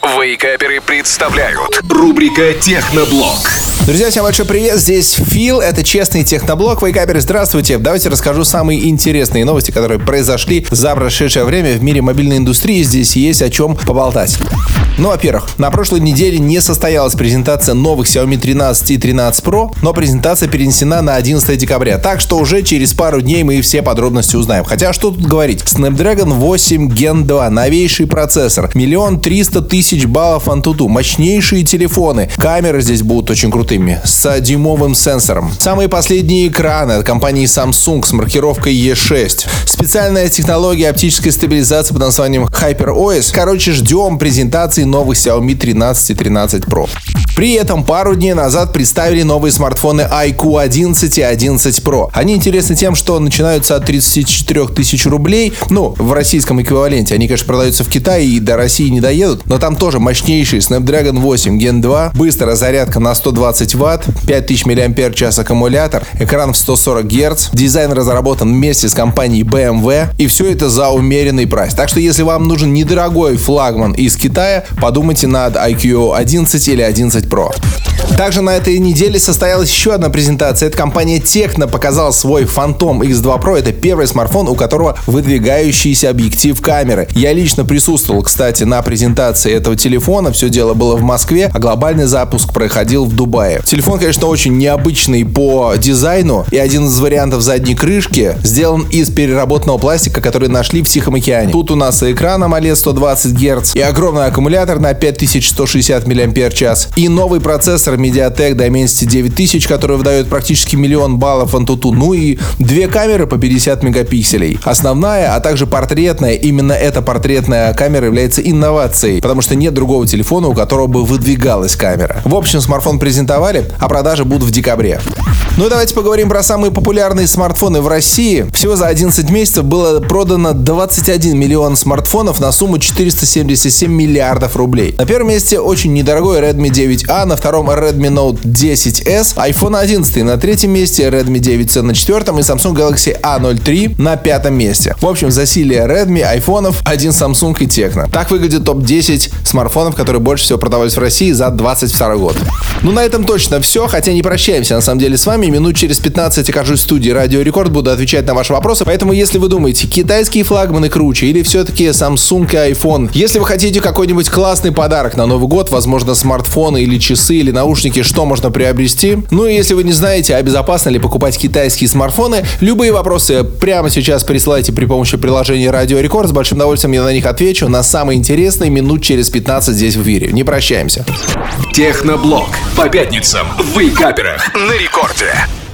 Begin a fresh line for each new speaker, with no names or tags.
Вейкаперы представляют рубрика «Техноблог».
Друзья, всем большой привет, здесь Фил, это честный техноблог. Вейкаперы, здравствуйте. Давайте расскажу самые интересные новости, которые произошли за прошедшее время в мире мобильной индустрии. Здесь есть о чем поболтать. Ну, во-первых, на прошлой неделе не состоялась презентация новых Xiaomi 13 и 13 Pro, но презентация перенесена на 11 декабря, так что уже через пару дней мы все подробности узнаем. Хотя, что тут говорить, Snapdragon 8 Gen 2, новейший процессор, 1 300 000 баллов Antutu, мощнейшие телефоны, камеры здесь будут очень крутыми, с дюймовым сенсором. Самые последние экраны от компании Samsung с маркировкой E6, специальная технология оптической стабилизации под названием HyperOS. Короче, ждем презентации новых Xiaomi 13 и 13 Pro. При этом пару дней назад представили новые смартфоны iQOO 11 и 11 Pro. Они интересны тем, что начинаются от 34 тысяч рублей. Ну, в российском эквиваленте. Они, конечно, продаются в Китае и до России не доедут. Но там тоже мощнейший Snapdragon 8 Gen 2. Быстрая зарядка на 120 Вт. 5000 мАч аккумулятор. Экран в 140 Гц. Дизайн разработан вместе с компанией BMW. И все это за умеренный прайс. Так что, если вам нужен недорогой флагман из Китая, подумайте над iQOO 11 или 11 Pro. Также на этой неделе состоялась еще одна презентация. Эта компания Tecno показала свой Phantom X2 Pro. Это первый смартфон, у которого выдвигающийся объектив камеры. Я лично присутствовал, кстати, на презентации этого телефона. Все дело было в Москве, а глобальный запуск проходил в Дубае. Телефон, конечно, очень необычный по дизайну. И один из вариантов задней крышки сделан из переработанного пластика, который нашли в Тихом океане. Тут у нас и экран AMOLED 120 Гц, и огромный аккумулятор на 5160 мАч, и новый процессор MediaTek Dimensity 9000, который выдает практически 1 000 000 баллов Antutu, ну и две камеры по 50 мегапикселей. Основная, а также портретная, именно эта портретная камера является инновацией, потому что нет другого телефона, у которого бы выдвигалась камера. В общем, смартфон презентовали, а продажи будут в декабре. Ну и давайте поговорим про самые популярные смартфоны в России. Всего за 11 месяцев было продано 21 миллион смартфонов на сумму 477 миллиардов рублей. На первом месте очень недорогой Redmi 9A, на втором Redmi Note 10S, iPhone 11 на третьем месте, Redmi 9C на четвертом и Samsung Galaxy A03 на пятом месте. В общем, засилие Redmi, айфонов, один Samsung и Tecno. Так выглядит топ-10 смартфонов, которые больше всего продавались в России за 2022 год. Ну, на этом точно все, хотя не прощаемся на самом деле с вами. Минут через 15 окажусь в студии Радио Рекорд, буду отвечать на ваши вопросы. Поэтому, если вы думаете, китайские флагманы круче или все-таки Samsung и iPhone, если вы хотите какой-нибудь классный подарок на Новый год, возможно, смартфоны или часы или наушники, что можно приобрести? Ну и если вы не знаете, а безопасно ли покупать китайские смартфоны, любые вопросы прямо сейчас присылайте при помощи приложения Радио Рекорд. С большим удовольствием я на них отвечу на самые интересные минут через 15 здесь в эфире. Не прощаемся.
Техноблог. По пятницам в Вейкаперах на Рекорде.